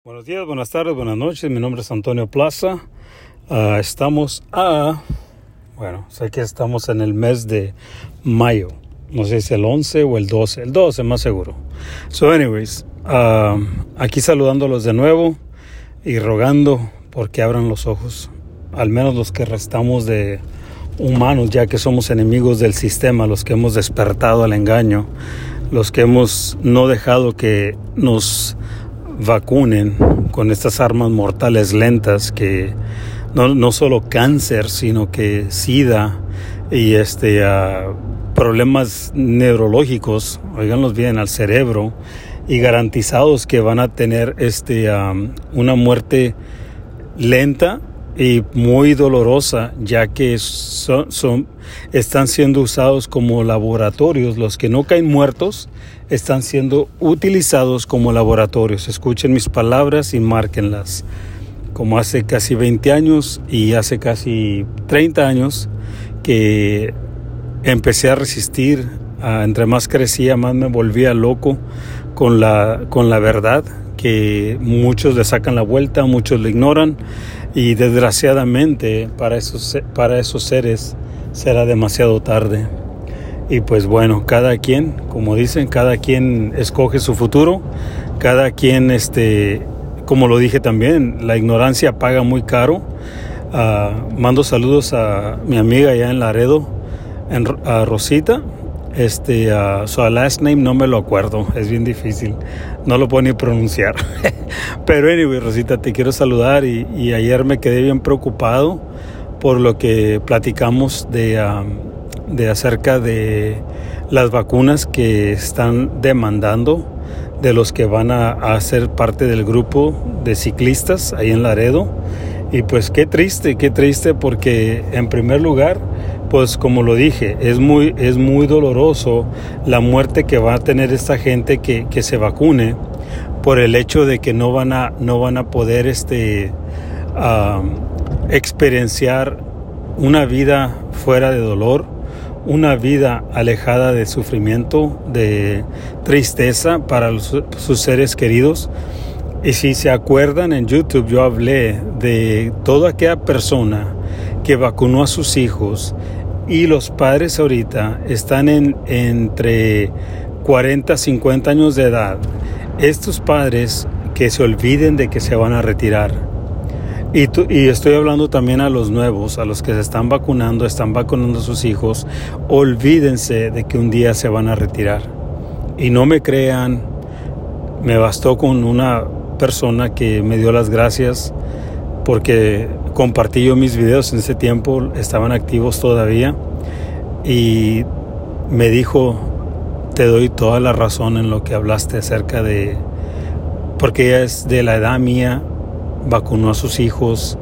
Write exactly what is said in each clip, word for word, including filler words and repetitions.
Buenos días, buenas tardes, buenas noches. Mi nombre es Antonio Plaza. Uh, estamos a... Bueno, sé que estamos en el mes de mayo. No sé si el once o el doce. El doce, más seguro. So anyways, uh, aquí saludándolos de nuevo y rogando porque abran los ojos. Al menos los que restamos de humanos, ya que somos enemigos del sistema, los que hemos despertado al engaño, los que hemos no dejado que nos vacunen con estas armas mortales lentas que no, no solo cáncer, sino que SIDA y este uh, problemas neurológicos, oiganlos bien, al cerebro, y garantizados que van a tener este um, una muerte lenta y muy dolorosa, ya que son, son, están siendo usados como laboratorios. Los que no caen muertos están siendo utilizados como laboratorios. Escuchen mis palabras y márquenlas. Como hace casi veinte años y hace casi treinta años que empecé a resistir, a, entre más crecía, más me volvía loco con la, con la verdad, que muchos le sacan la vuelta, muchos le ignoran, y desgraciadamente para esos, para esos seres será demasiado tarde. Y pues bueno, cada quien, como dicen, cada quien escoge su futuro, cada quien, este, como lo dije también, la ignorancia paga muy caro. Uh, mando saludos a mi amiga allá en Laredo, en, a Rosita. Este, uh, su last name no me lo acuerdo, es bien difícil, no lo puedo ni pronunciar. Pero anyway, Rosita, te quiero saludar y, y ayer me quedé bien preocupado por lo que platicamos de, um, de acerca de las vacunas que están demandando de los que van a, a ser parte del grupo de ciclistas ahí en Laredo. Y pues qué triste, qué triste, porque en primer lugar, pues como lo dije, es muy, es muy doloroso la muerte que va a tener esta gente que, que se vacune, por el hecho de que no van a, no van a poder este, uh, experienciar una vida fuera de dolor, una vida alejada de sufrimiento, de tristeza para los, sus seres queridos. Y si se acuerdan, en YouTube yo hablé de toda aquella persona que vacunó a sus hijos, y los padres ahorita están en, entre cuarenta, cincuenta años de edad. Estos padres que se olviden de que se van a retirar. Y, tu, y estoy hablando también a los nuevos, a los que se están vacunando, están vacunando a sus hijos. Olvídense de que un día se van a retirar. Y no me crean, me bastó con una persona que me dio las gracias porque compartí yo mis videos en ese tiempo, estaban activos todavía, y me dijo: te doy toda la razón en lo que hablaste acerca de, porque ella es de la edad mía, vacunó a sus hijos,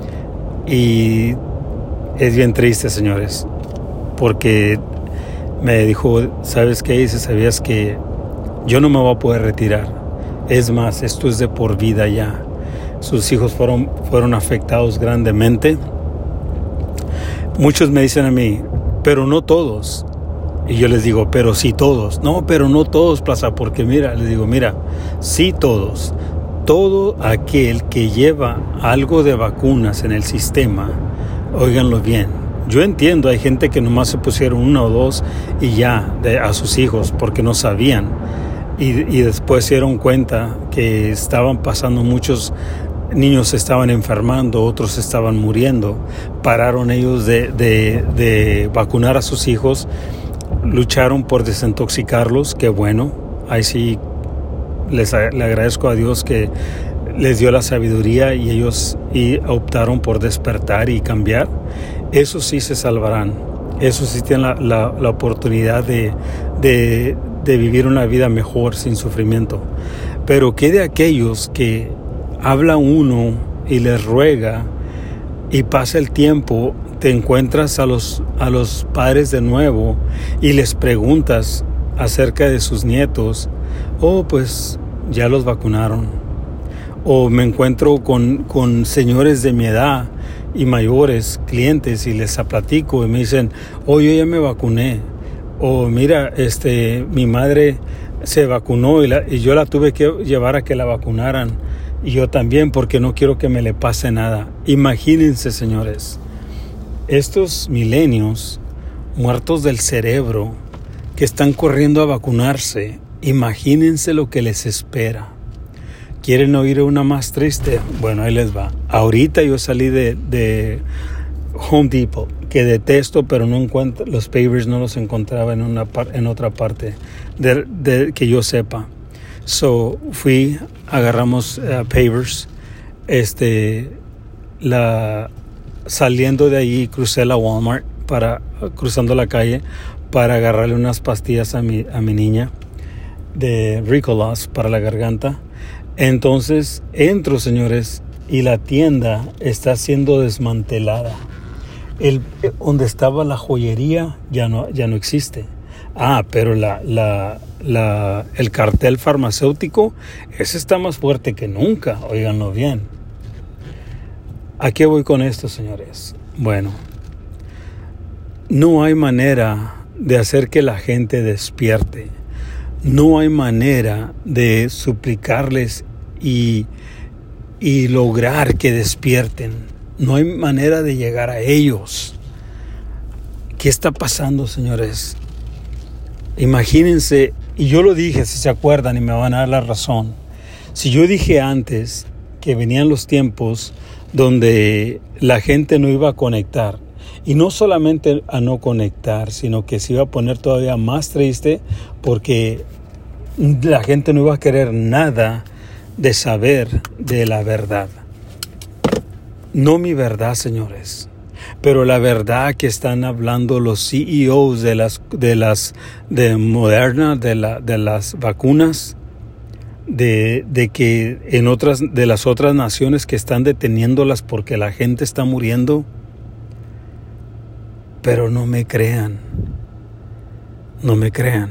y es bien triste, señores, porque me dijo: ¿sabes qué? Dice, ¿sabías que yo no me voy a poder retirar? Es más, esto es de por vida ya. Sus hijos fueron, fueron afectados grandemente. Muchos me dicen a mí: pero no todos. Y yo les digo: pero sí todos. No, pero no todos, Plaza, porque mira, les digo, mira, sí todos. Todo aquel que lleva algo de vacunas en el sistema, óiganlo bien. Yo entiendo, hay gente que nomás se pusieron una o dos y ya, de, a sus hijos, porque no sabían. Y, y después se dieron cuenta que estaban pasando, muchos niños se estaban enfermando, otros estaban muriendo. Pararon ellos de, de, de vacunar a sus hijos, lucharon por desintoxicarlos, qué bueno. Ahí sí les le agradezco a Dios que les dio la sabiduría y ellos y optaron por despertar y cambiar. Esos sí se salvarán, esos sí tienen la, la, la oportunidad de, de, de vivir una vida mejor sin sufrimiento. Pero ¿qué de aquellos que habla uno y les ruega y pasa el tiempo, te encuentras a los, a los padres de nuevo y les preguntas acerca de sus nietos? Oh, pues ya los vacunaron. O me encuentro con, con señores de mi edad y mayores, clientes, y les platico y me dicen: oh, yo ya me vacuné. O mira, este, mi madre se vacunó y, la, y yo la tuve que llevar a que la vacunaran. Y yo también, porque no quiero que me le pase nada. Imagínense, señores, estos milenios muertos del cerebro que están corriendo a vacunarse, imagínense lo que les espera. ¿Quieren oír una más triste? Bueno, ahí les va. Ahorita yo salí de, de Home Depot, que detesto, pero no encuentro, los pavers no los encontraba en, una, en otra parte de, de, que yo sepa. So, fui, agarramos uh, pavers, este, la, saliendo de ahí crucé la Walmart, para, cruzando la calle, para agarrarle unas pastillas a mi, a mi niña de Ricolas para la garganta. Entonces entro, señores, y la tienda está siendo desmantelada. El, donde estaba la joyería ya no, ya no existe. Ah, pero la, la, la, el cartel farmacéutico, ese está más fuerte que nunca, óiganlo bien. ¿A qué voy con esto, señores? Bueno, no hay manera de hacer que la gente despierte. No hay manera de suplicarles y, y lograr que despierten. No hay manera de llegar a ellos. ¿Qué está pasando, señores? Imagínense, y yo lo dije, si se acuerdan, y me van a dar la razón. Si yo dije antes que venían los tiempos donde la gente no iba a conectar, y no solamente a no conectar, sino que se iba a poner todavía más triste porque la gente no iba a querer nada de saber de la verdad. No mi verdad, señores, pero la verdad que están hablando los C E Os de las de las de Moderna, de la de las vacunas, de de que en otras de las otras naciones que están deteniéndolas porque la gente está muriendo. Pero no me crean, no me crean.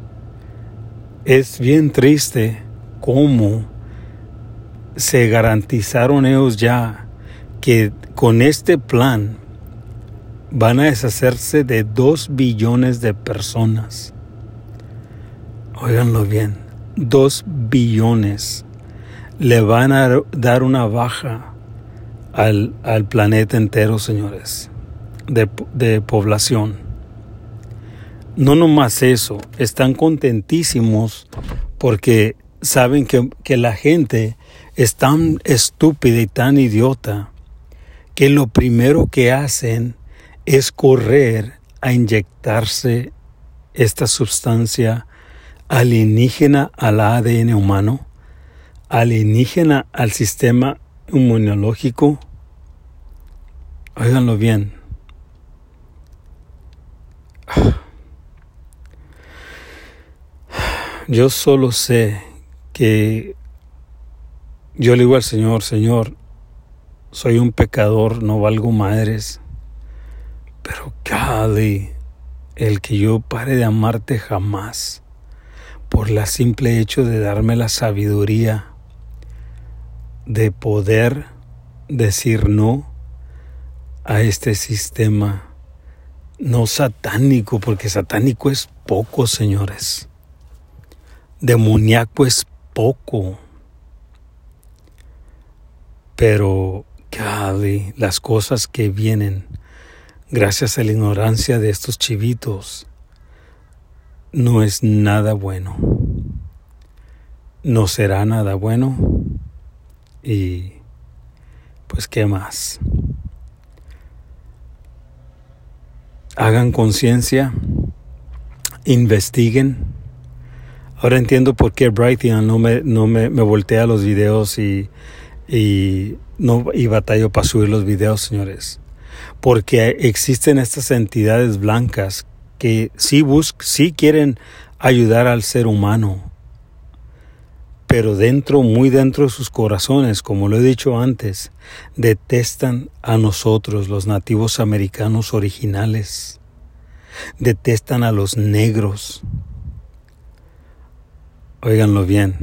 Es bien triste cómo se garantizaron ellos ya que con este plan van a deshacerse de dos billones de personas. Óiganlo bien, dos billones. Le van a dar una baja al, al planeta entero, señores. De, de población. No nomás eso, están contentísimos porque saben que, que la gente es tan estúpida y tan idiota que lo primero que hacen es correr a inyectarse esta sustancia alienígena al A D N humano, alienígena al sistema inmunológico. Óiganlo bien. Yo solo sé que yo le digo al Señor, Señor, soy un pecador, no valgo madres, pero golly, el que yo pare de amarte jamás, por el simple hecho de darme la sabiduría de poder decir no a este sistema, no satánico, porque satánico es poco, señores. Demoníaco es poco. Pero, golly, las cosas que vienen gracias a la ignorancia de estos chivitos no es nada bueno. No será nada bueno. Y, pues, ¿qué más? Hagan conciencia, investiguen. Ahora entiendo por qué Brighteon no me, no me, me voltea los videos y, y, no, y batallo para subir los videos, señores. Porque existen estas entidades blancas que sí, bus- sí quieren ayudar al ser humano, pero dentro, muy dentro de sus corazones, como lo he dicho antes, detestan a nosotros, los nativos americanos originales. Detestan a los negros. Óiganlo bien.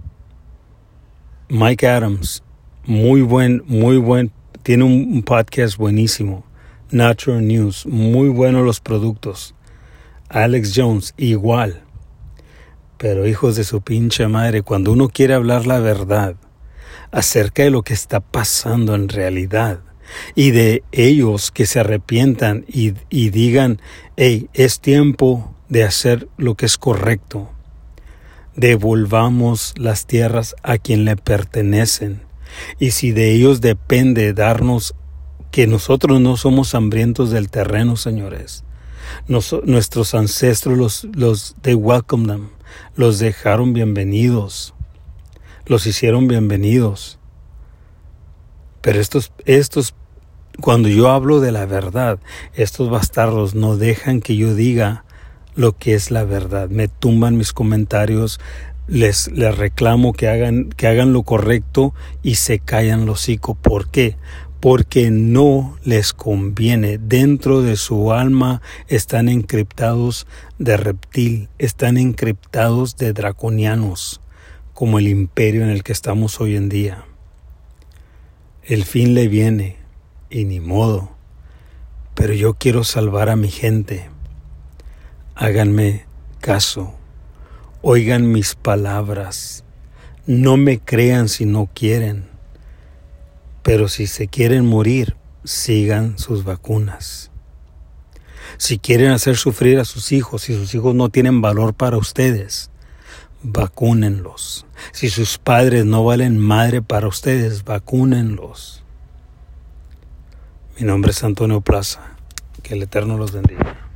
Mike Adams, muy buen, muy buen, tiene un podcast buenísimo. Natural News, muy buenos los productos. Alex Jones, igual. Pero hijos de su pinche madre, cuando uno quiere hablar la verdad, acerca de lo que está pasando en realidad. Y de ellos que se arrepientan y, y digan, hey, es tiempo de hacer lo que es correcto. Devolvamos las tierras a quien le pertenecen. Y si de ellos depende darnos, que nosotros no somos hambrientos del terreno, señores. Nos, nuestros ancestros los, los they welcomed them, los dejaron bienvenidos, los hicieron bienvenidos. Pero estos, estos, cuando yo hablo de la verdad, estos bastardos no dejan que yo diga lo que es la verdad. Me tumban mis comentarios, les, les reclamo que hagan, que hagan lo correcto y se callan los hocico. ¿Por qué? Porque no les conviene. Dentro de su alma están encriptados de reptil, están encriptados de draconianos, como el imperio en el que estamos hoy en día. El fin le viene, y ni modo. Pero yo quiero salvar a mi gente. Háganme caso. Oigan mis palabras. No me crean si no quieren. Pero si se quieren morir, sigan sus vacunas. Si quieren hacer sufrir a sus hijos, si sus hijos no tienen valor para ustedes, vacúnenlos. Si sus padres no valen madre para ustedes, vacúnenlos. Mi nombre es Antonio Plaza. Que el Eterno los bendiga.